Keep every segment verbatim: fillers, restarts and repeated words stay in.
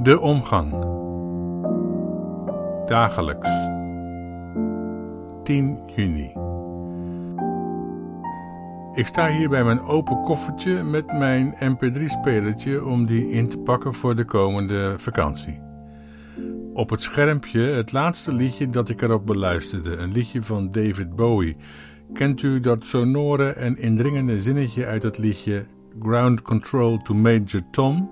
De omgang. Dagelijks. tien juni. Ik sta hier bij mijn open koffertje met mijn M P drie spelertje om die in te pakken voor de komende vakantie. Op het schermpje het laatste liedje dat ik erop beluisterde, een liedje van David Bowie. Kent u dat sonore en indringende zinnetje uit het liedje Ground Control to Major Tom?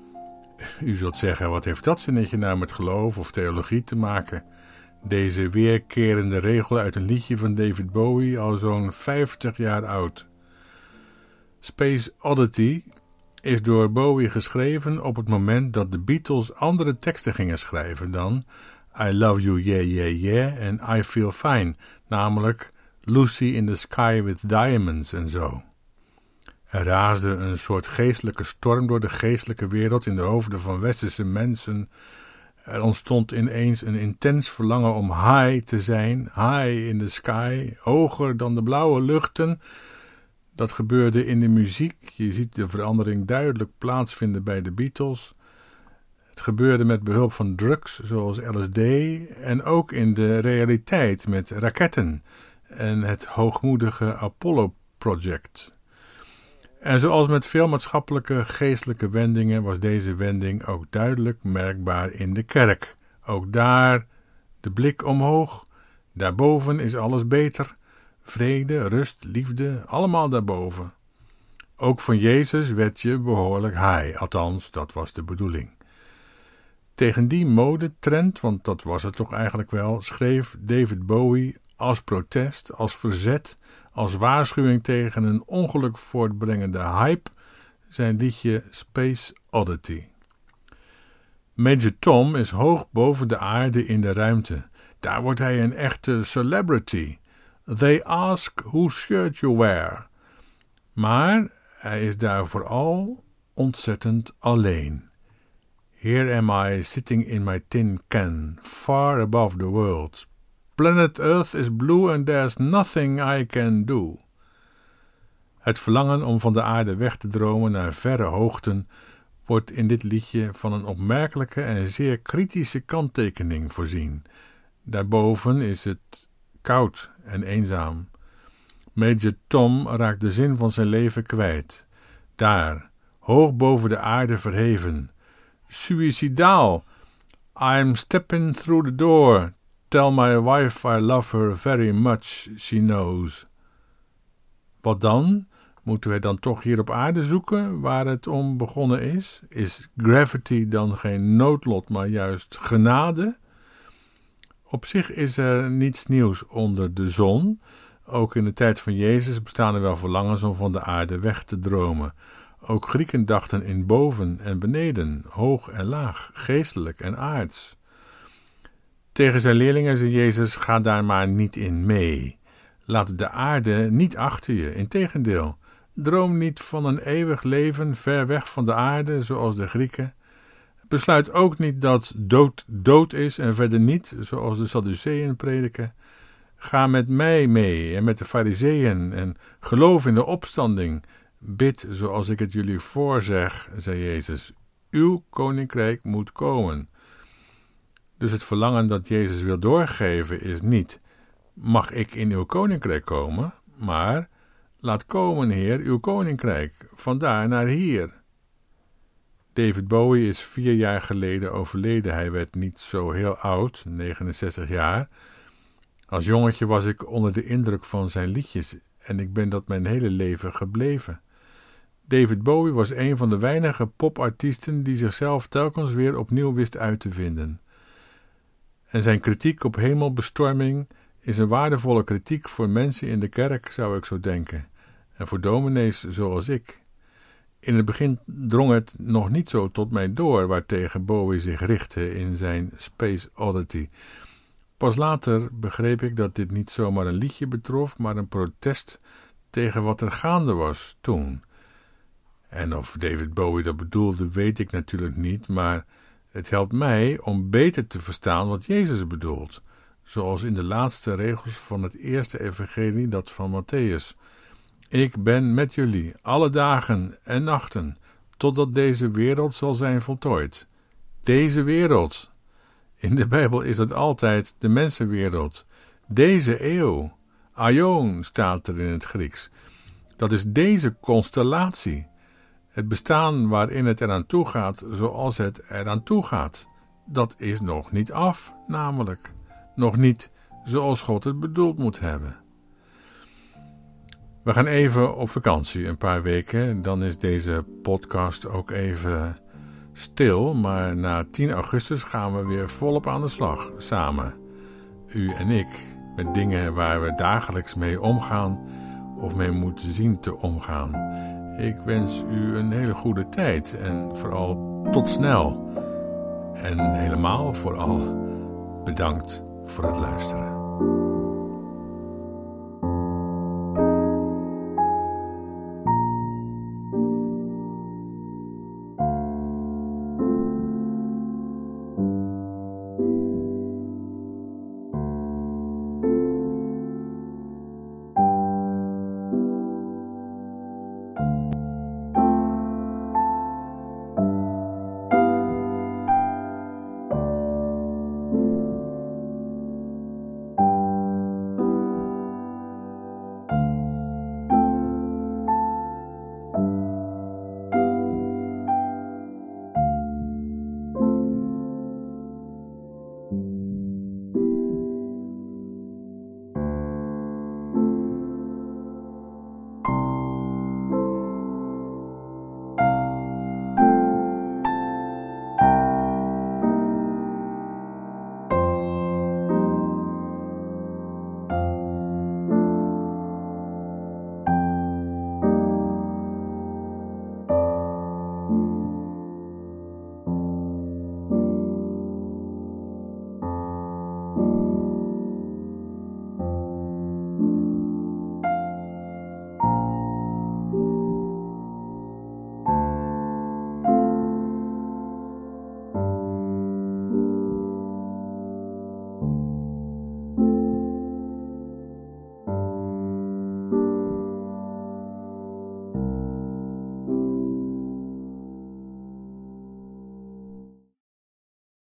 U zult zeggen, wat heeft dat zinnetje nou met geloof of theologie te maken? Deze weerkerende regel uit een liedje van David Bowie, al zo'n vijftig jaar oud. Space Oddity is door Bowie geschreven op het moment dat de Beatles andere teksten gingen schrijven dan I Love You Yeah Yeah Yeah en I Feel Fine, namelijk Lucy in the Sky with Diamonds en zo. Er raasde een soort geestelijke storm door de geestelijke wereld in de hoofden van westerse mensen. Er ontstond ineens een intens verlangen om high te zijn, high in the sky, hoger dan de blauwe luchten. Dat gebeurde in de muziek. Je ziet de verandering duidelijk plaatsvinden bij de Beatles. Het gebeurde met behulp van drugs zoals L S D en ook in de realiteit met raketten en het hoogmoedige Apollo Project. En zoals met veel maatschappelijke geestelijke wendingen was deze wending ook duidelijk merkbaar in de kerk. Ook daar de blik omhoog, daarboven is alles beter. Vrede, rust, liefde, allemaal daarboven. Ook van Jezus werd je behoorlijk high, althans, dat was de bedoeling. Tegen die modetrend, want dat was het toch eigenlijk wel, schreef David Bowie als protest, als verzet, als waarschuwing tegen een ongeluk voortbrengende hype, zijn liedje Space Oddity. Major Tom is hoog boven de aarde in de ruimte. Daar wordt hij een echte celebrity. They ask whose shirt you wear. Maar hij is daar vooral ontzettend alleen. Here am I sitting in my tin can, far above the world. Planet Earth is blue and there's nothing I can do. Het verlangen om van de aarde weg te dromen naar verre hoogten wordt in dit liedje van een opmerkelijke en zeer kritische kanttekening voorzien. Daarboven is het koud en eenzaam. Major Tom raakt de zin van zijn leven kwijt. Daar, hoog boven de aarde verheven. Suïcidaal. I'm stepping through the door. Tell my wife I love her very much, she knows. Wat dan? Moeten we dan toch hier op aarde zoeken, waar het om begonnen is? Is gravity dan geen noodlot, maar juist genade? Op zich is er niets nieuws onder de zon. Ook in de tijd van Jezus bestaan er wel verlangens om van de aarde weg te dromen. Ook Grieken dachten in boven en beneden, hoog en laag, geestelijk en aards. Tegen zijn leerlingen zei Jezus, ga daar maar niet in mee. Laat de aarde niet achter je, integendeel. Droom niet van een eeuwig leven ver weg van de aarde, zoals de Grieken. Besluit ook niet dat dood dood is en verder niet, zoals de Sadduceeën prediken. Ga met mij mee en met de Farizeeën en geloof in de opstanding. Bid zoals ik het jullie voorzeg, zei Jezus. Uw koninkrijk moet komen. Dus het verlangen dat Jezus wil doorgeven is niet, mag ik in uw koninkrijk komen, maar laat komen, Heer, uw koninkrijk, vandaar naar hier. David Bowie is vier jaar geleden overleden. Hij werd niet zo heel oud, negenenzestig jaar. Als jongetje was ik onder de indruk van zijn liedjes en ik ben dat mijn hele leven gebleven. David Bowie was een van de weinige popartiesten die zichzelf telkens weer opnieuw wist uit te vinden. En zijn kritiek op hemelbestorming is een waardevolle kritiek voor mensen in de kerk, zou ik zo denken, en voor dominees zoals ik. In het begin drong het nog niet zo tot mij door waartegen Bowie zich richtte in zijn Space Oddity. Pas later begreep ik dat dit niet zomaar een liedje betrof, maar een protest tegen wat er gaande was toen. En of David Bowie dat bedoelde, weet ik natuurlijk niet, maar het helpt mij om beter te verstaan wat Jezus bedoelt, zoals in de laatste regels van het eerste evangelie, dat van Matthäus. Ik ben met jullie alle dagen en nachten, totdat deze wereld zal zijn voltooid. Deze wereld. In de Bijbel is het altijd de mensenwereld. Deze eeuw. Aion staat er in het Grieks. Dat is deze constellatie. Het bestaan waarin het eraan toe gaat zoals het eraan toe gaat. Dat is nog niet af, namelijk. Nog niet zoals God het bedoeld moet hebben. We gaan even op vakantie, een paar weken. Dan is deze podcast ook even stil. Maar na tien augustus gaan we weer volop aan de slag, samen. U en ik, met dingen waar we dagelijks mee omgaan of mee moeten zien te omgaan. Ik wens u een hele goede tijd en vooral tot snel. En helemaal vooral bedankt voor het luisteren.